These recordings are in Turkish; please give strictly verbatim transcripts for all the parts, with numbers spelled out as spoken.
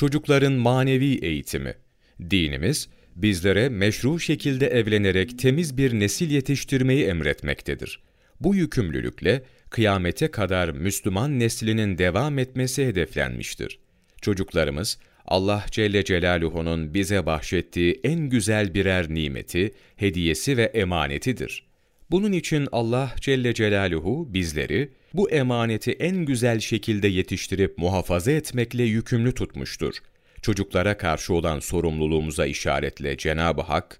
Çocukların manevi eğitimi. Dinimiz, bizlere meşru şekilde evlenerek temiz bir nesil yetiştirmeyi emretmektedir. Bu yükümlülükle kıyamete kadar Müslüman neslinin devam etmesi hedeflenmiştir. Çocuklarımız, Allah Celle Celaluhu'nun bize bahşettiği en güzel birer nimeti, hediyesi ve emanetidir. Bunun için Allah Celle Celaluhu bizleri bu emaneti en güzel şekilde yetiştirip muhafaza etmekle yükümlü tutmuştur. Çocuklara karşı olan sorumluluğumuza işaretle Cenab-ı Hak,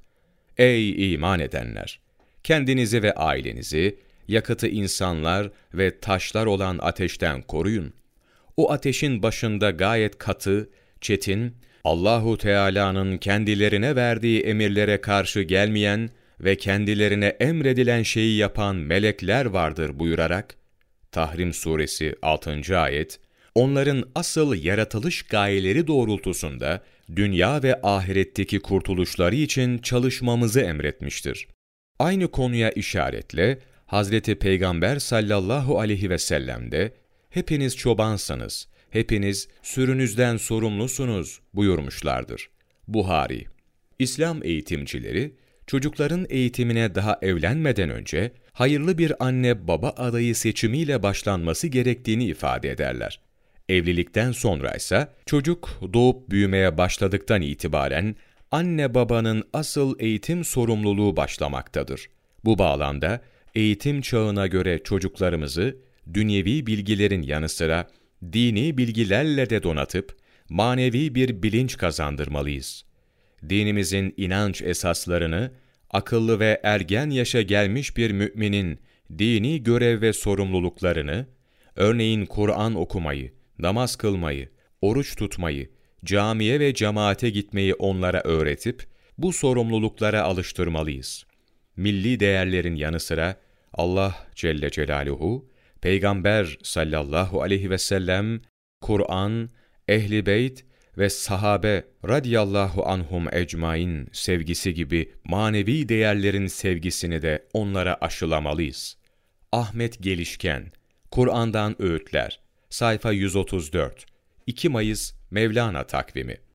"Ey iman edenler! Kendinizi ve ailenizi, yakıtı insanlar ve taşlar olan ateşten koruyun. O ateşin başında gayet katı, çetin, Allahu Teala'nın kendilerine verdiği emirlere karşı gelmeyen ve kendilerine emredilen şeyi yapan melekler vardır" buyurarak, Tahrim Suresi altıncı ayet, onların asıl yaratılış gayeleri doğrultusunda dünya ve ahiretteki kurtuluşları için çalışmamızı emretmiştir. Aynı konuya işaretle Hazreti Peygamber sallallahu aleyhi ve sellem de "Hepiniz çobansınız, hepiniz sürünüzden sorumlusunuz" buyurmuşlardır. Buhari. İslam eğitimcileri, çocukların eğitimine daha evlenmeden önce hayırlı bir anne baba adayı seçimiyle başlanması gerektiğini ifade ederler. Evlilikten sonra ise çocuk doğup büyümeye başladıktan itibaren anne babanın asıl eğitim sorumluluğu başlamaktadır. Bu bağlamda eğitim çağına göre çocuklarımızı dünyevi bilgilerin yanı sıra dini bilgilerle de donatıp manevi bir bilinç kazandırmalıyız. Dinimizin inanç esaslarını akıllı ve ergen yaşa gelmiş bir müminin dini görev ve sorumluluklarını, örneğin Kur'an okumayı, namaz kılmayı, oruç tutmayı, camiye ve cemaate gitmeyi onlara öğretip bu sorumluluklara alıştırmalıyız. Milli değerlerin yanı sıra Allah Celle Celaluhu, Peygamber sallallahu aleyhi ve sellem, Kur'an, Ehl-i Beyt ve sahabe radiyallahu anhum ecmain sevgisi gibi manevi değerlerin sevgisini de onlara aşılamalıyız. Ahmet Gelişken, Kur'an'dan Öğütler, sayfa yüz otuz dört, iki Mayıs Mevlana takvimi.